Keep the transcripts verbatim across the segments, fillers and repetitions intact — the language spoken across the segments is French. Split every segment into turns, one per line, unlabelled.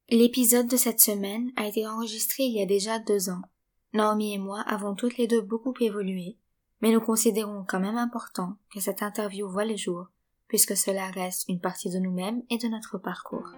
L'épisode de cette semaine a été enregistré il y a déjà deux ans. Naomi et moi avons toutes les deux beaucoup évolué, mais nous considérons quand même important que cette interview voie le jour, puisque cela reste une partie de nous-mêmes et de notre parcours.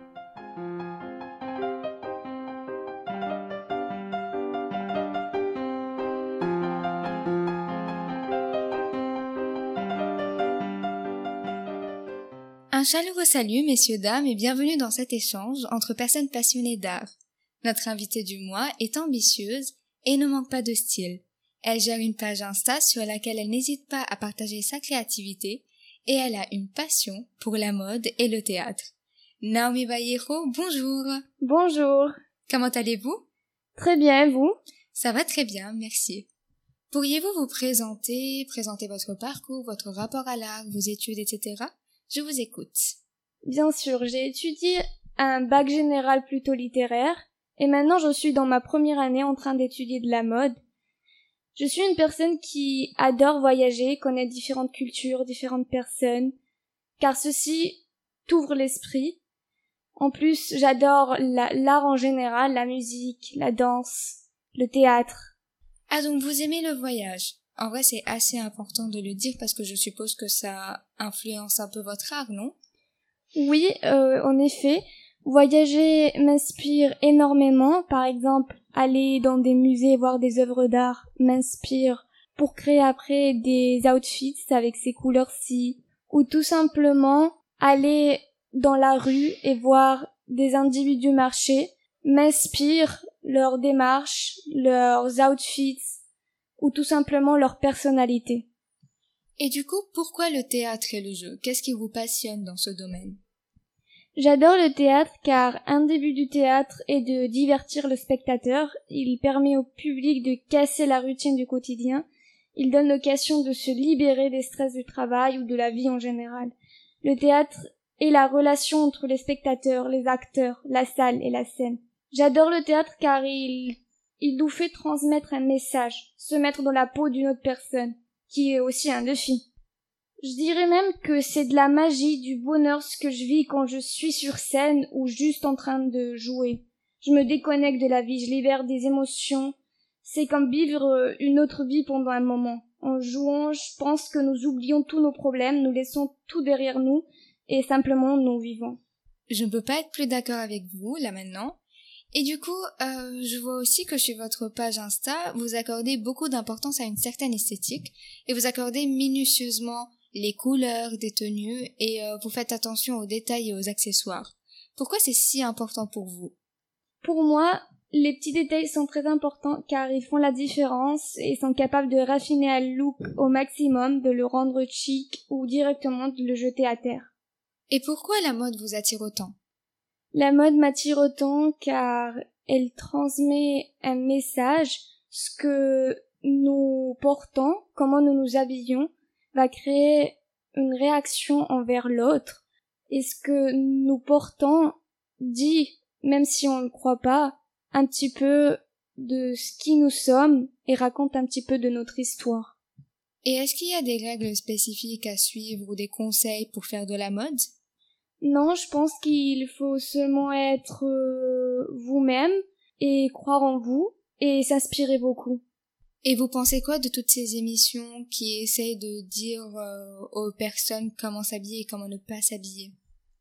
Un chaleureux salut, messieurs, dames, et bienvenue dans cet échange entre personnes passionnées d'art. Notre invitée du mois est ambitieuse et ne manque pas de style. Elle gère une page Insta sur laquelle elle n'hésite pas à partager sa créativité et elle a une passion pour la mode et le théâtre. Naomi Vallejo, bonjour.
Bonjour.
Comment allez-vous?
Très bien, vous?
Ça va très bien, merci. Pourriez-vous vous présenter, présenter votre parcours, votre rapport à l'art, vos études, et cetera? Je vous écoute.
Bien sûr, j'ai étudié un bac général plutôt littéraire et maintenant je suis dans ma première année en train d'étudier de la mode. Je suis une personne qui adore voyager, connaître différentes cultures, différentes personnes, car ceci t'ouvre l'esprit. En plus, j'adore la, l'art en général, la musique, la danse, le théâtre.
Ah, donc vous aimez le voyage? En vrai, c'est assez important de le dire parce que je suppose que ça influence un peu votre art, non?
Oui, euh, en effet. Voyager m'inspire énormément. Par exemple, aller dans des musées, voir des œuvres d'art m'inspire pour créer après des outfits avec ces couleurs-ci. Ou tout simplement, aller dans la rue et voir des individus marcher m'inspire leur démarche, leurs outfits, ou tout simplement leur personnalité.
Et du coup, pourquoi le théâtre et le jeu? Qu'est-ce qui vous passionne dans ce domaine?
J'adore le théâtre car un des buts du théâtre est de divertir le spectateur. Il permet au public de casser la routine du quotidien. Il donne l'occasion de se libérer des stress du travail ou de la vie en général. Le théâtre est la relation entre les spectateurs, les acteurs, la salle et la scène. J'adore le théâtre car il Il nous fait transmettre un message, se mettre dans la peau d'une autre personne, qui est aussi un défi. Je dirais même que c'est de la magie, du bonheur ce que je vis quand je suis sur scène ou juste en train de jouer. Je me déconnecte de la vie, je libère des émotions. C'est comme vivre une autre vie pendant un moment. En jouant, je pense que nous oublions tous nos problèmes, nous laissons tout derrière nous et simplement nous vivons.
Je ne peux pas être plus d'accord avec vous, là maintenant. Et du coup, euh, je vois aussi que sur votre page Insta, vous accordez beaucoup d'importance à une certaine esthétique et vous accordez minutieusement les couleurs des tenues et euh, vous faites attention aux détails et aux accessoires. Pourquoi c'est si important pour vous?
Pour moi, les petits détails sont très importants car ils font la différence et sont capables de raffiner un look au maximum, de le rendre chic ou directement de le jeter à terre.
Et pourquoi la mode vous attire autant?
La mode m'attire autant car elle transmet un message. Ce que nous portons, comment nous nous habillons, va créer une réaction envers l'autre. Et ce que nous portons dit, même si on ne le croit pas, un petit peu de ce qui nous sommes et raconte un petit peu de notre histoire.
Et est-ce qu'il y a des règles spécifiques à suivre ou des conseils pour faire de la mode?
Non, je pense qu'il faut seulement être euh, vous-même et croire en vous et s'inspirer beaucoup.
Et vous pensez quoi de toutes ces émissions qui essayent de dire euh, aux personnes comment s'habiller et comment ne pas s'habiller?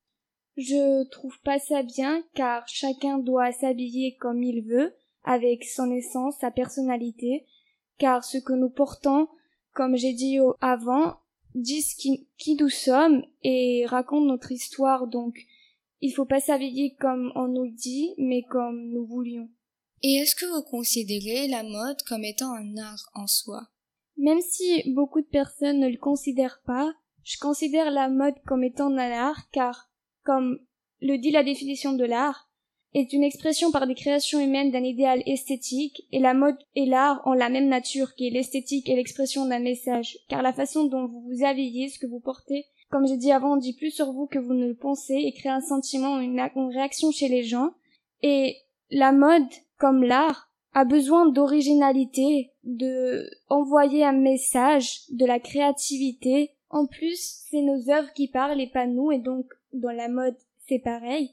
Je trouve pas ça bien car chacun doit s'habiller comme il veut, avec son essence, sa personnalité, car ce que nous portons, comme j'ai dit avant, disent qui, qui nous sommes et racontent notre histoire, donc il faut pas s'habiller comme on nous le dit, mais comme nous voulions.
Et est-ce que vous considérez la mode comme étant un art en soi?
Même si beaucoup de personnes ne le considèrent pas, je considère la mode comme étant un art, car, comme le dit la définition de l'art, est une expression par des créations humaines d'un idéal esthétique, et la mode et l'art ont la même nature qui est l'esthétique et l'expression d'un message, car la façon dont vous vous habillez, ce que vous portez, comme j'ai dit avant, dit plus sur vous que vous ne le pensez et crée un sentiment, une, une réaction chez les gens. Et la mode, comme l'art, a besoin d'originalité, de envoyer un message, de la créativité. En plus, c'est nos œuvres qui parlent et pas nous, et donc dans la mode, c'est pareil.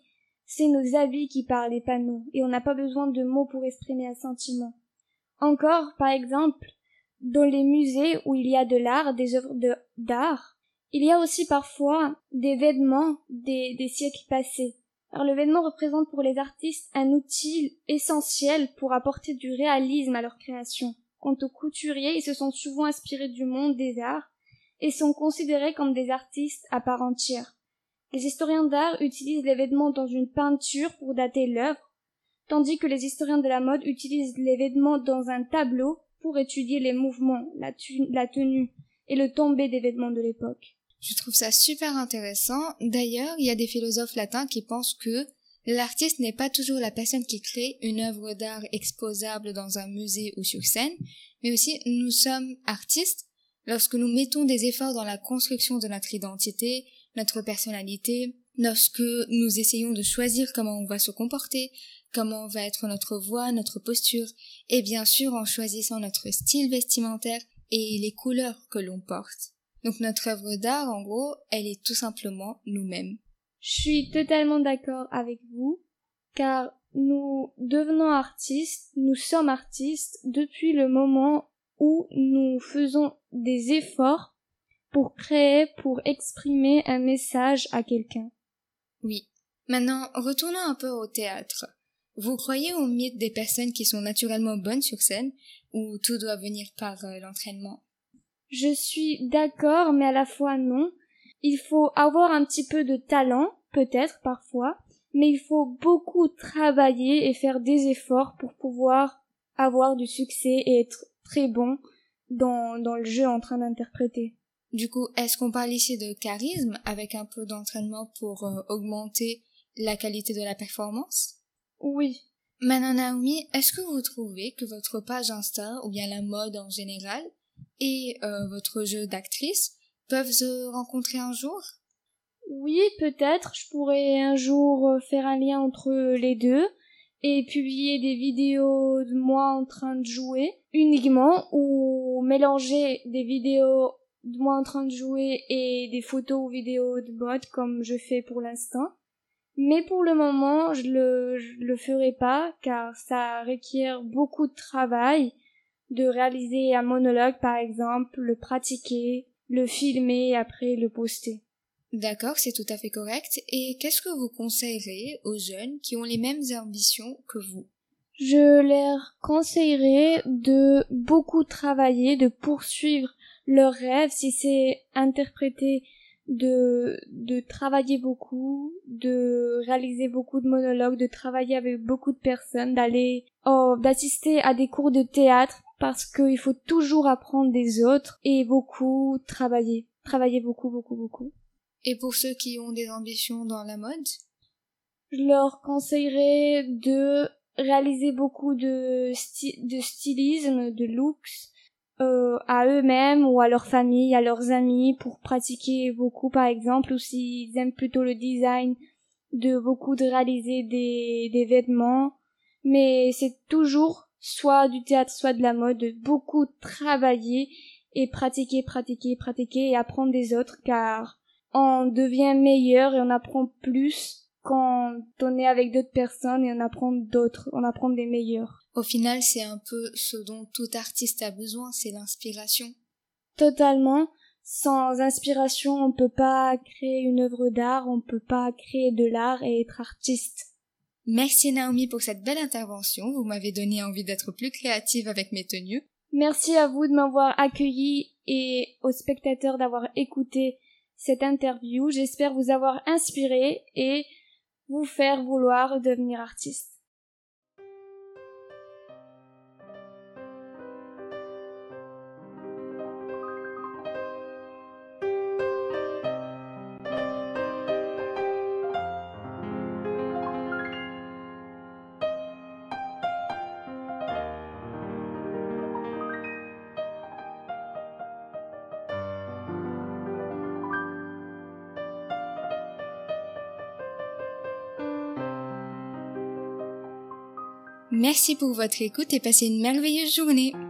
C'est nos habits qui parlent et pas nous, et on n'a pas besoin de mots pour exprimer un sentiment. Encore, par exemple, dans les musées où il y a de l'art, des œuvres de, d'art, il y a aussi parfois des vêtements des, des siècles passés. Alors le vêtement représente pour les artistes un outil essentiel pour apporter du réalisme à leur création. Quant aux couturiers, ils se sont souvent inspirés du monde des arts et sont considérés comme des artistes à part entière. Les historiens d'art utilisent les vêtements dans une peinture pour dater l'œuvre, tandis que les historiens de la mode utilisent les vêtements dans un tableau pour étudier les mouvements, la, tu- la tenue et le tombé des vêtements de l'époque.
Je trouve ça super intéressant. D'ailleurs, il y a des philosophes latins qui pensent que l'artiste n'est pas toujours la personne qui crée une œuvre d'art exposable dans un musée ou sur scène, mais aussi nous sommes artistes lorsque nous mettons des efforts dans la construction de notre identité, notre personnalité, lorsque nous essayons de choisir comment on va se comporter, comment va être notre voix, notre posture, et bien sûr en choisissant notre style vestimentaire et les couleurs que l'on porte. Donc notre œuvre d'art, en gros, elle est tout simplement nous-mêmes.
Je suis totalement d'accord avec vous, car nous devenons artistes, nous sommes artistes depuis le moment où nous faisons des efforts pour créer, pour exprimer un message à quelqu'un.
Oui. Maintenant, retournons un peu au théâtre. Vous croyez au mythe des personnes qui sont naturellement bonnes sur scène, ou tout doit venir par euh, l'entraînement?
Je suis d'accord, mais à la fois non. Il faut avoir un petit peu de talent, peut-être parfois, mais il faut beaucoup travailler et faire des efforts pour pouvoir avoir du succès et être très bon dans, dans le jeu en train d'interpréter.
Du coup, est-ce qu'on parle ici de charisme avec un peu d'entraînement pour euh, augmenter la qualité de la performance?
Oui.
Maintenant, Naomi, est-ce que vous trouvez que votre page Insta, ou bien la mode en général, et euh, votre jeu d'actrice peuvent se rencontrer un jour?
Oui, peut-être. Je pourrais un jour faire un lien entre les deux et publier des vidéos de moi en train de jouer uniquement, ou mélanger des vidéos de moi en train de jouer et des photos ou vidéos de mode comme je fais pour l'instant. Mais pour le moment, je le, je le ferai pas car ça requiert beaucoup de travail de réaliser un monologue par exemple, le pratiquer, le filmer et après le poster.
D'accord, c'est tout à fait correct. Et qu'est-ce que vous conseillerez aux jeunes qui ont les mêmes ambitions que vous?
Je leur conseillerais de beaucoup travailler, de poursuivre leurs rêves, si c'est interpréter, de, de travailler beaucoup, de réaliser beaucoup de monologues, de travailler avec beaucoup de personnes, d'aller, oh, d'assister à des cours de théâtre, parce qu'il faut toujours apprendre des autres et beaucoup travailler. Travailler beaucoup, beaucoup, beaucoup.
Et pour ceux qui ont des ambitions dans la mode?
Je leur conseillerais de réaliser beaucoup de, sti- de stylisme, de looks, euh, à eux-mêmes ou à leur famille, à leurs amis, pour pratiquer beaucoup par exemple, ou s'ils aiment plutôt le design, de beaucoup de réaliser des, des vêtements. Mais c'est toujours soit du théâtre, soit de la mode, de beaucoup travailler et pratiquer, pratiquer, pratiquer et apprendre des autres, car on devient meilleur et on apprend plus quand on est avec d'autres personnes et on apprend d'autres, on apprend des meilleurs.
Au final, c'est un peu ce dont tout artiste a besoin, c'est l'inspiration.
Totalement. Sans inspiration, on peut pas créer une œuvre d'art, on peut pas créer de l'art et être artiste.
Merci Naomi pour cette belle intervention, vous m'avez donné envie d'être plus créative avec mes tenues.
Merci à vous de m'avoir accueilli et aux spectateurs d'avoir écouté cette interview. J'espère vous avoir inspiré et vous faire vouloir devenir artiste.
Merci pour votre écoute et passez une merveilleuse journée.